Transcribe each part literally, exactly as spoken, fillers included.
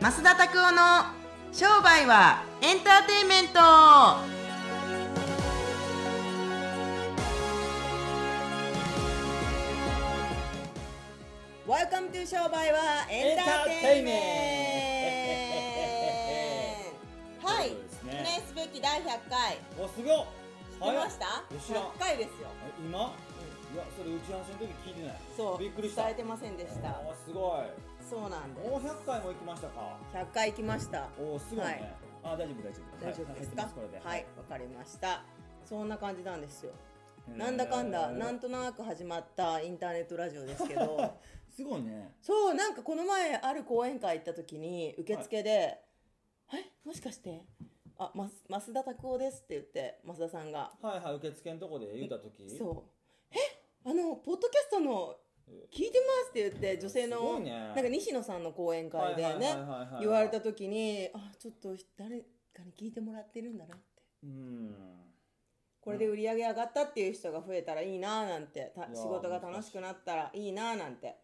増田拓夫の商売はエンターテインメント。Welcome to 商売はエンターテインメント。はい、記念すべきだいひゃっかい。 お、すごい。 知ってました？ 知らん。 ひゃっかいですよ。 今？うん、いや、それ打ち合わせの時聞いてない。 そう、 びっくりした。 伝えてませんでした。 お、すごい。 そうなんです。 お、ひゃっかいも行きましたか。 ひゃっかい行きました。 お、すごいね。はい、あ、大丈夫大丈夫。 大丈夫ですか？ はい、 はい、わかりました。そんな感じなんですよ。なんだかんだなんとなく始まったインターネットラジオですけどすごいね。 そう、なんかこの前ある講演会行った時に受付で「はい、もしかしてあ、ま、増田拓夫です」って言って増田さんがはいはい、受付のとこで言った時、 そう「え、あのポッドキャストの聞いてます」って言って女性の、ね、なんか西野さんの講演会でね言われた時に、あ、ちょっと誰かに聞いてもらってるんだなって、うん、これで売り上げ上がったっていう人が増えたらいいななんて、仕事が楽しくなったらいいななんて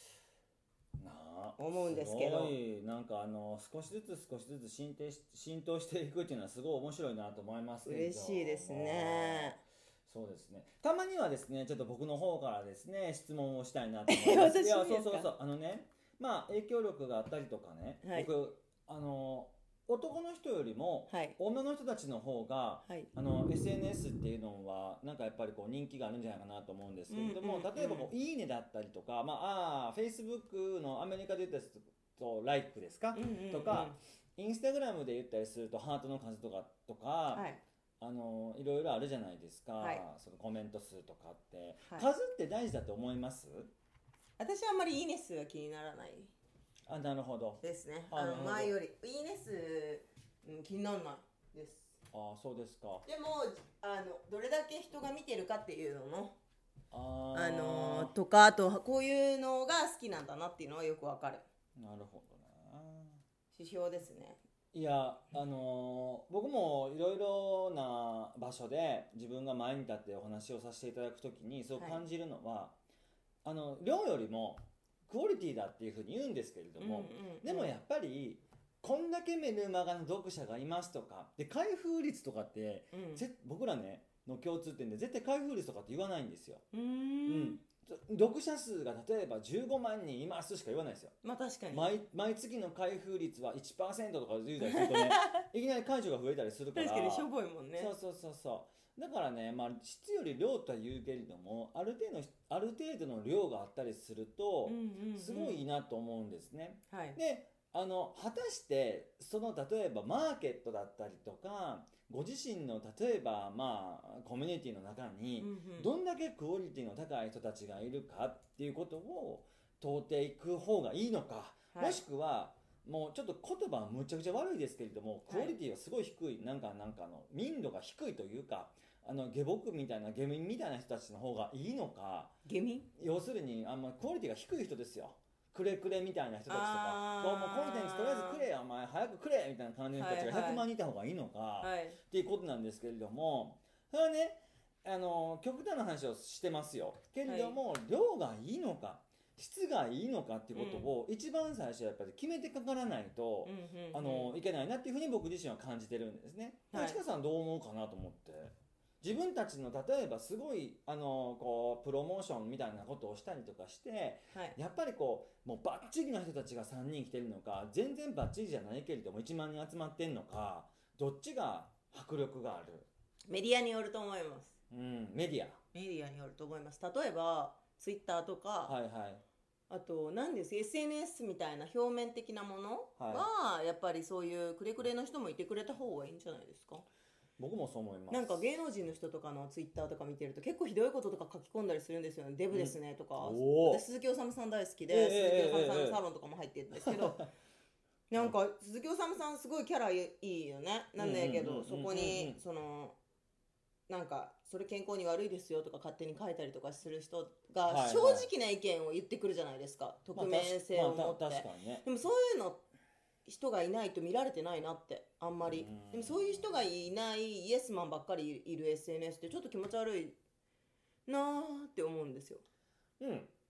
思うんですけど、 すごいなんかあの少しずつ少しずつ浸透し、浸透していくっていうのはすごい面白いなと思いますけど、 嬉しいですね。 そうですね。たまにはですね、ちょっと僕の方からですね、質問をしたいなと思います。いや、そうそうそう、あのね、まあ影響力があったりとかね、はい、僕あの男の人よりも、はい、女の人たちの方が、はい、あの エスエヌエス っていうのはなんかやっぱりこう人気があるんじゃないかなと思うんですけれども、うんうんうん、例えばこういいねだったりとか、まあ、あ Facebook のアメリカで言ったりすると like ですか、うんうんうん、とかインスタグラムで言ったりするとハートの数とかとか、はい、あのいろいろあるじゃないですか、はい、そのコメント数とかって、はい、数って大事だと思います？ 私はあんまりいいね数は気にならない。 あ、なるほどですね。あの前よりいいね数、うん、気にならないです。 あ、そうですか。 でもあのどれだけ人が見てるかっていうのもああのとか、あとこういうのが好きなんだなっていうのはよくわかる。 なるほどね。 指標ですね。 いや、あのー、僕もいろいろな場所で自分が前に立ってお話をさせていただくときにそう感じるのは、はい、あの量よりもクオリティだっていうふうに言うんですけれども、うんうんうん、でもやっぱりこんだけメルマガの読者がいますとかで開封率とかって、うん、僕らねの共通点で絶対開封率とかって言わないんですよ。うーん、うん読者数が例えばじゅうごまんにんいますしか言わないですよ。 まあ確かに毎, 毎月の開封率はいちパーセント とか言うたりするとねいきなり解除が増えたりするから確かにしょぼいもんね。 そうそうそうそうだからね、まあ、質より量とは言うけれどもある程度ある程度の量があったりすると、うんうんうん、すごいいいなと思うんですね、はい、であの果たしてその例えばマーケットだったりとかご自身の例えばまあコミュニティの中にどんだけクオリティの高い人たちがいるかっていうことを問うていく方がいいのか、はい、もしくはもうちょっと言葉はむちゃくちゃ悪いですけれどもクオリティがすごい低い、なんかなんかの民度が低いというかあの下僕みたいな下民みたいな人たちの方がいいのか。 下民？ 要するにあんまクオリティが低い人ですよ。くれくれみたいな人たちとかもうコンテンツとりあえずくれよお前早くくれみたいな感じの人たちがひゃくまん人いた方がいいのか、はいはい、っていうことなんですけれども、それはねあの極端な話をしてますよけれども、はい、量がいいのか質がいいのかっていうことを一番最初はやっぱり決めてかからないと、うん、あのいけないなっていうふうに僕自身は感じてるんですね。はい、ちかさんどう思うかなと思って。自分たちの例えばすごいあのこうプロモーションみたいなことをしたりとかして、はい、やっぱりこうもうバッチリな人たちがさんにん来てるのか全然バッチリじゃないけれどもいちまんにん集まってんのかどっちが迫力がある？ メディアによると思います、 うん、メディアメディアによると思います。例えばツイッターとか、はいはい、あと何です エスエヌエス みたいな表面的なものは、はい、やっぱりそういうくれくれの人もいてくれた方がいいんじゃないですか。 僕もそう思います。 なんか芸能人の人とかのツイッターとか見てると結構ひどいこととか書き込んだりするんですよね。デブですねとか、うん、私鈴木おさむさん大好きで、えー、鈴木おさむさんのサロンとかも入ってるんですけど、えー、なんか鈴木おさむさんすごいキャラいいよね。なんだけどそこにそのなんかそれ健康に悪いですよとか勝手に書いたりとかする人が正直な意見を言ってくるじゃないですか、はいはい、匿名性を持って、まあまあ確かにね、でもそういうの人がいないと見られてないなってあんまり。でもそういう人がいないイエスマンばっかりいる エスエヌエス ってちょっと気持ち悪いなーって思うんですよ。 うん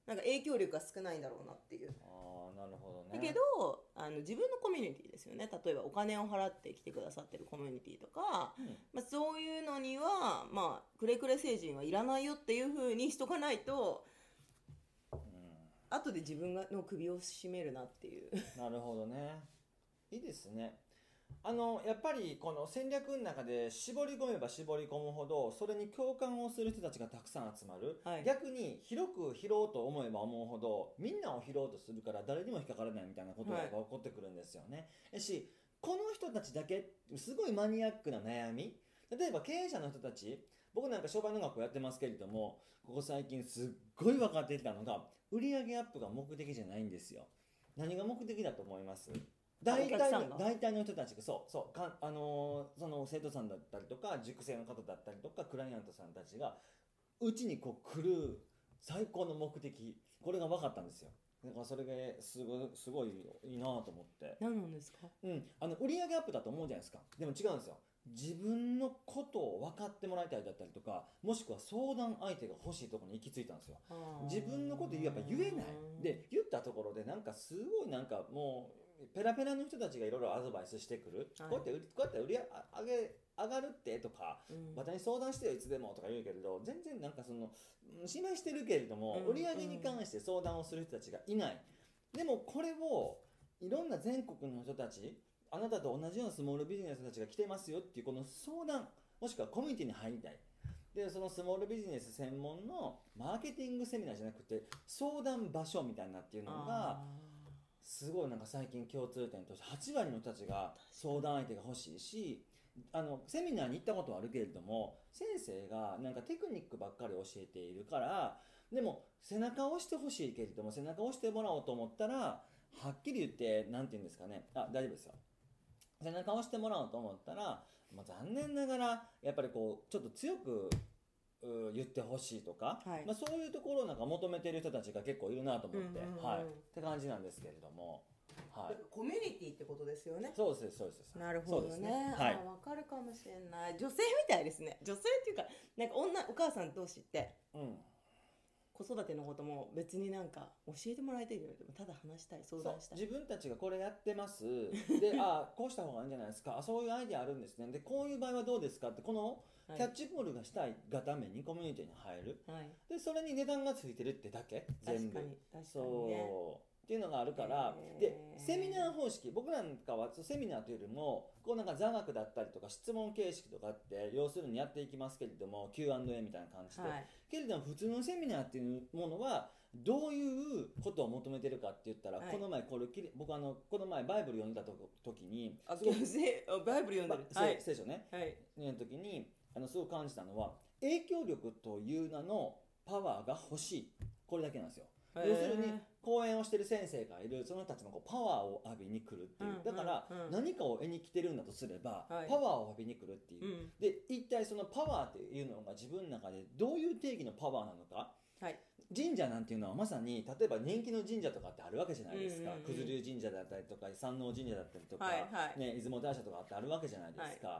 なんか影響力が少ないんだろうなっていう。 ああ、なるほどね。 だけどあの自分のコミュニティですよね。例えばお金を払って来てくださってるコミュニティとか、うん、まあ、そういうのにはまあくれくれ星人はいらないよっていう風にしとかないと、うん、後で自分の首を絞めるなっていう。 なるほどね。いいですね。あのやっぱりこの戦略の中で絞り込めば絞り込むほどそれに共感をする人たちがたくさん集まる、はい、逆に広く拾おうと思えば思うほどみんなを拾おうとするから誰にも引っかからないみたいなことが起こってくるんですよね、はい、しこの人たちだけすごいマニアックな悩み、例えば経営者の人たち、僕なんか商売の学校やってますけれども、ここ最近すっごい分かってきたのが売上アップが目的じゃないんですよ。何が目的だと思います？大体の大体の人たちがそうそうか、あのー、その生徒さんだったりとか塾生の方だったりとかクライアントさんたちがうちにこう来る最高の目的、これが分かったんですよ。だからそれがすごい、すごいいいなと思って。 何なんですか？ うん、あの売上アップだと思うじゃないですか。でも違うんですよ。自分のことを分かってもらいたいだったりとか、もしくは相談相手が欲しいところに行き着いたんですよ。自分のことやっぱ言えないで、言ったところでなんかすごいなんかもうペラペラの人たちがいろいろアドバイスしてくる、はい、こうやってこうやって売り上げ上がるってとか、うん、私に相談してよいつでもとか言うけれど、全然なんかその信頼してるけれども、うん、売り上げに関して相談をする人たちがいない。でもこれをいろんな全国の人たち、あなたと同じようなスモールビジネスの人たちが来てますよっていうこの相談、もしくはコミュニティに入りたい。でそのスモールビジネス専門のマーケティングセミナーじゃなくて相談場所みたいなっていうのがすごいなんか最近共通点としてはち割の人たちが相談相手が欲しいし、あのセミナーに行ったことはあるけれども先生がなんかテクニックばっかり教えているから、でも背中を押してほしいけれども背中を押してもらおうと思ったらはっきり言ってなんて言うんですかね、あ大丈夫ですよ、背中を押してもらおうと思ったら、まあ、残念ながらやっぱりこうちょっと強く言ってほしいとか、はい、まあ、そういうところをなんか求めてる人たちが結構いるなと思って、うんうんうん、はい、って感じなんですけれども、はい、 コミュニティってことですよね。 そうですそうです。 なるほど ね, ね、はい、あ、分かるかもしれない。女性みたいですね。女性っていうかなんか女お母さん同士って、うん、子育てのことも別になんか教えてもらいたいけどただ話したい、相談したい。 自分たちがこれやってますであこうした方がいいんじゃないですか、あそういうアイデアあるんですね、でこういう場合はどうですかって、このキャッチボールがしたいがためにコミュニティに入る、はい、でそれに値段がついてるってだけ、全部。 確かに確かに、ね、 そうっていうのがあるから、でセミナー方式、僕なんかはセミナーというよりもこうなんか座学だったりとか質問形式とかって要するにやっていきますけれども キューアンドエー みたいな感じで、はい、けれども普通のセミナーっていうものはどういうことを求めてるかって言ったら、はい、この前これ僕あのこの前バイブル読んだ時に、 あバイブル読んでる、 ま、はい、聖書ね、はい、の時にあのすごく感じたのは影響力という名のパワーが欲しい、これだけなんですよ。要するに講演をしてる先生がいる、その人たちのこうパワーを浴びに来るっていう、うん、だから何かを得に来てるんだとすれば、はい、パワーを浴びに来るっていう、うん、で一体そのパワーっていうのが自分の中でどういう定義のパワーなのか、はい、神社なんていうのはまさに例えば人気の神社とかってあるわけじゃないですか、九頭龍神社だったりとか山王神社だったりとか、はいはいね、出雲大社とかってあるわけじゃないですか、はい、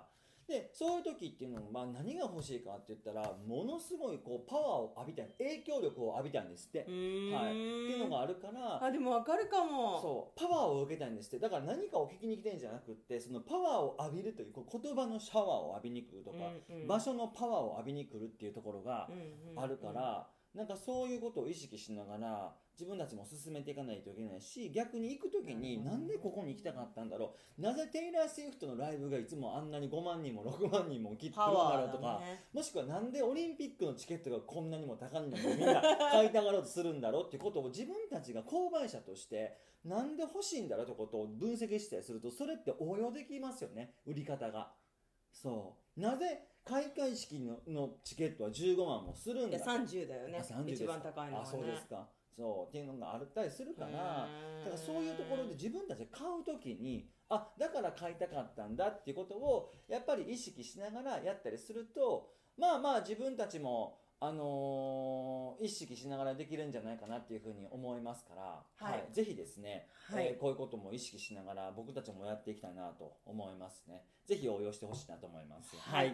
でそういう時っていうのは、まあ、何が欲しいかって言ったらものすごいこうパワーを浴びたい、影響力を浴びたいんですって、はい、っていうのがあるから、 あでも分かるかも、 そうパワーを受けたいんですって。だから何かを聞きに来てるんじゃなくってそのパワーを浴びるという、こう言葉のシャワーを浴びに来るとか、うんうん、場所のパワーを浴びに来るっていうところがあるから、うんうんうん、なんかそういうことを意識しながら自分たちも進めていかないといけないし、逆に行く時になんでここに行きたかったんだろう、なぜテイラー・スウィフトのライブがいつもあんなにごまんにんもろくまんにんも来るんだろうとか、ね、もしくはなんでオリンピックのチケットがこんなにも高いのにみんな買いたがろうとするんだろうっていうことを自分たちが購買者としてなんで欲しいんだろうってことを分析したりすると、それって応用できますよね、売り方が。そうなぜ開会式 の, のチケットはじゅうごまんもするんだ。いやさんじゅうだよね、一番高いのはね。 あそうですか。そうっていうのがあったりするから、だからそういうところで自分たちで買うときにあだから買いたかったんだっていうことをやっぱり意識しながらやったりすると、まあまあ自分たちもあのー、意識しながらできるんじゃないかなっていうふうに思いますから、はいはい、ぜひですね、はい、えー、こういうことも意識しながら僕たちもやっていきたいなと思いますね。ぜひ応用してほしいなと思います。はい、はい、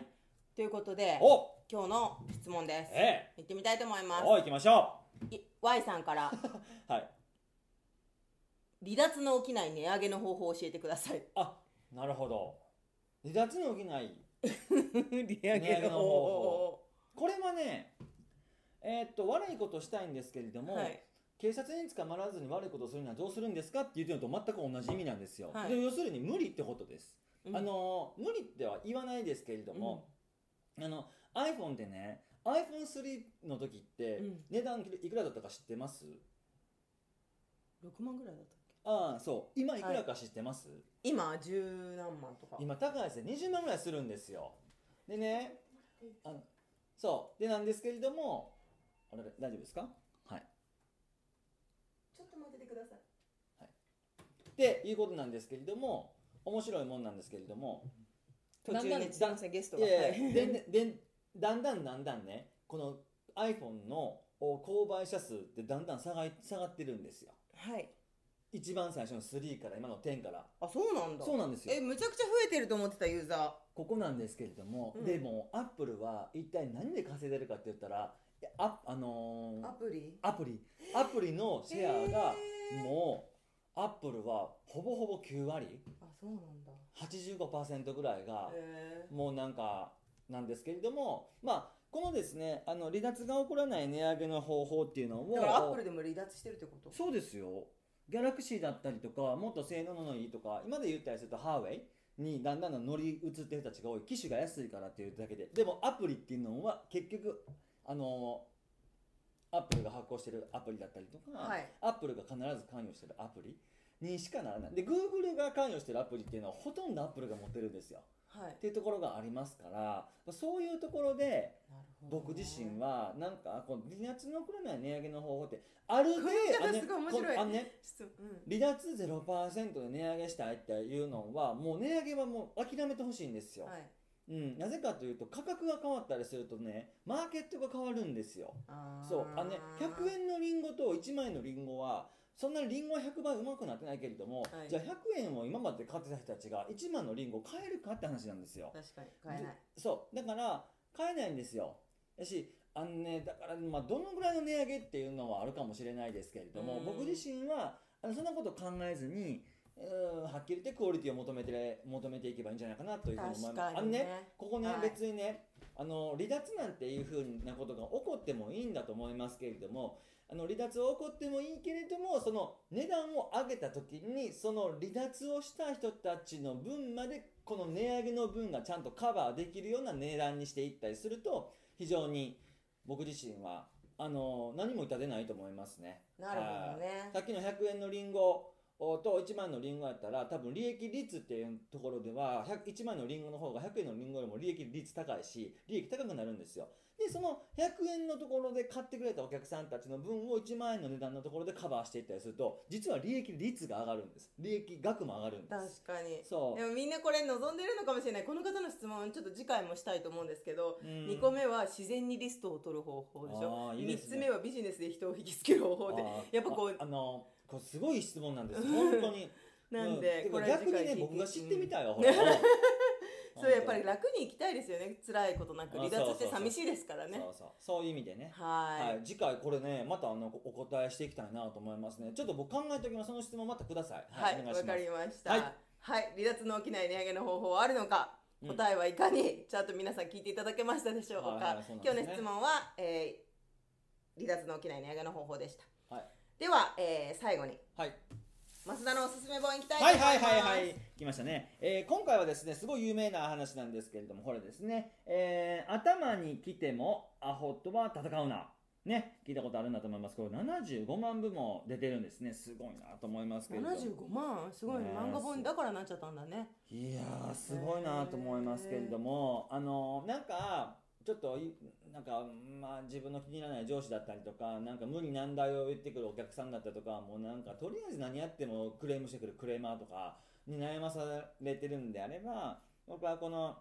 ということでお今日の質問です。 ええ、 行ってみたいと思います。 お行きましょう。Y さんからはい離脱の起きない値上げの方法を教えてください。 あ、なるほど。離脱の起きない利上げの方法。 これはね、えー、っと悪いことをしたいんですけれども、はい、警察に捕まらずに悪いことをするにはどうするんですかって言ってるのと全く同じ意味なんですよ、はい、で要するに無理ってことです、うん、あの無理っては言わないですけれども、うん、あの iPhone でね アイフォンスリー の時って値段いくらだったか知ってます？ ろくまんぐらいだったっけ？ ああ、そう今いくらか知ってます？はい、 今十何万とか今高いですね。にじゅうまんぐらいするんですよ。でね、あのそうでなんですけれども、あれ大丈夫ですか？はい。 ちょっと待っててください。 はい。っていうことなんですけれども、面白いもんなんですけれども、 途中にすいませんゲストが。 いやいやででだんだんだんだんね、この iPhone の購買者数ってだんだん下が下がってるんですよ。 はい。 一番最初のスリーから今のテンから。 あ、そうなんだ。 そうなんですよ。 え、むちゃくちゃ増えてると思ってたユーザー。 ここなんですけれども、うん、でもアップルは一体何で稼いでるかって言ったら、あ、あのー、 アプリアプリアプリのシェアがもうアップルはほぼほぼきゅうわり、 あ、そうなんだ。 はちじゅうごパーセント ぐらいがもうなんかなんですけれども、まあこのですね、あの離脱が起こらない値上げの方法っていうのを、 だからアップルでも離脱してるってこと？ そうですよ。ギャラクシーだったりとか、もっと性能のいいとか、今で言ったりするとハーウェイにだんだん乗り移ってる人たちが多い。機種が安いからっていうだけで。でもアプリっていうのは結局あのアップルが発行してるアプリだったりとか、はい、アップルが必ず関与してるアプリにしかならない。で Google が関与してるアプリっていうのはほとんどアップルが持ってるんですよ、はい、っていうところがありますから、そういうところで僕自身はなんかこの離脱の起こらない値上げの方法ってあるで、 すごい面白い。 あのね、離脱 ゼロパーセント で値上げしたいっていうのはもう値上げはもう諦めてほしいんですよ、はい、うん、なぜかというと価格が変わったりするとねマーケットが変わるんですよ。そうあのねひゃくえんのリンゴといちまんえんのリンゴはそんなにリンゴはひゃくばいうまくなってないけれども、はい、じゃあひゃくえんを今まで買ってた人たちがいちまんのリンゴを買えるかって話なんですよ。 確かに買えない。 そうだから買えないんですよ。やしあのねだからまあどのぐらいの値上げっていうのはあるかもしれないですけれども、僕自身はあのそんなこと考えずにうんはっきり言ってクオリティを求めて求めていけばいいんじゃないかなというふうに思います。あのねここね、はい、別にねあの離脱なんていうふうなことが起こってもいいんだと思いますけれども、あの離脱は起こってもいいけれどもその値段を上げた時にその離脱をした人たちの分までこの値上げの分がちゃんとカバーできるような値段にしていったりすると非常に僕自身はあの何も痛手ないと思いますね。 なるほどね。 さっきのひゃくえんのリンゴといちまんのリンゴやったら多分利益率っていうところではいちまんのリンゴの方がひゃくえんのリンゴよりも利益率高いし利益高くなるんですよ。でそのひゃくえんのところで買ってくれたお客さんたちの分をいちまんえんの値段のところでカバーしていったりすると実は利益率が上がるんです。利益額も上がるんです。 確かに。 そうでもみんなこれ望んでるのかもしれない。この方の質問ちょっと次回もしたいと思うんですけど、うん、にこめは自然にリストを取る方法でしょ。いいですね、みっつめはビジネスで人を引きつける方法でやっぱこうあ, あのこれすごい質問なんです本当になんで、 うん、これ逆にね僕が知ってみたいわ、ほらそうやっぱり楽に生きたいですよね。辛いことなく離脱して寂しいですからね。 そうそうそういう意味でね。 はい、 はい、次回これねまたあのお答えしていきたいなと思いますね。ちょっと僕考えておきます。その質問またください。 はい、わ、はい、かりました。はい、はい、離脱の起きない値上げの方法はあるのか、うん、答えはいかにちゃんと皆さん聞いていただけましたでしょうか。はいはい、ね、今日の質問は、えー、離脱の起きない値上げの方法でした。はい、では、えー、最後に。はい。増田のおすすめ本いきたいと思います。はいはいはいはい来ましたね、えー、今回はですねすごい有名な話なんですけれどもこれですね、えー、頭にきてもアホとは戦うなね聞いたことあるんだと思います。これななじゅうごまんぶも出てるんですね。すごいなと思いますけれども。 ななじゅうごまんすごい、ね、漫画本だからなっちゃったんだね。 いやーすごいなと思いますけれども、あのー、なんかちょっとなんか、まあ、自分の気に入らない上司だったりとかなんか無理難題を言ってくるお客さんだったりとかもうなんかとりあえず何やってもクレームしてくるクレーマーとかに悩まされてるんであれば僕はこの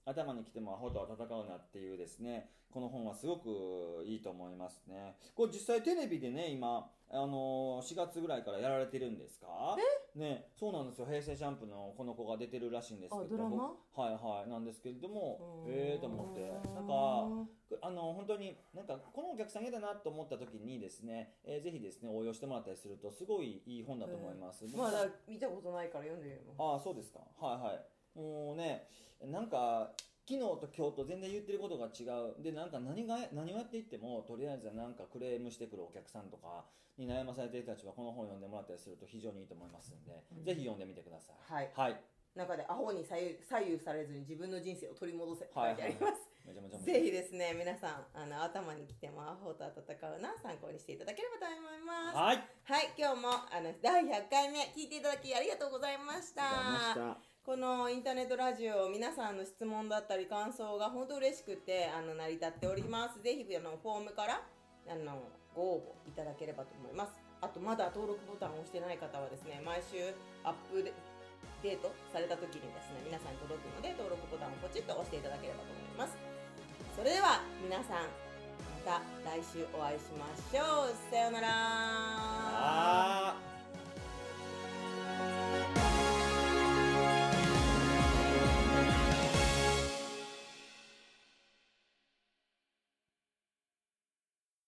頭にきてもアホとは戦うなっていうですね、この本はすごくいいと思いますね。これ実際テレビでね、今、あのー、しがつぐらいからやられてるんですか？えね、そうなんですよ。平成ジャンプのこの子が出てるらしいんですけど、 ドラマ？ はいはい、なんですけれども、ええーと思って、なんか、あの、本当に、なんか、このお客さん嫌だなと思った時にですね、えー、ぜひですね、応用してもらったりすると、すごいいい本だと思います。 まだ見たことないから読んでみるもん。 ああ、そうですか。はいはい。もうね、なんか昨日と今日と全然言ってることが違うで、なんか何が何をやっていってもとりあえずなんかクレームしてくるお客さんとかに悩まされている人たちはこの本を読んでもらったりすると非常にいいと思いますんで、うん、ぜひ読んでみてください。はい、はい、 中でアホに左右、左右されずに自分の人生を取り戻せって書いてあります。 めちゃめちゃぜひですね、皆さんあの頭にきてもアホと戦うな参考にしていただければと思います。 はい、 はい、今日もあのだいひゃっかいめ聞いていただきありがとうございました。 ありがとうございました。 このインターネットラジオ、皆さんの質問だったり感想が本当嬉しくてあの成り立っております。ぜひあのフォームからあのご応募いただければと思います。あとまだ登録ボタンを押してない方はですね、毎週アップデートされた時にですね、皆さんに届くので登録ボタンをポチッと押していただければと思います。それでは皆さんまた来週お会いしましょう。さようなら。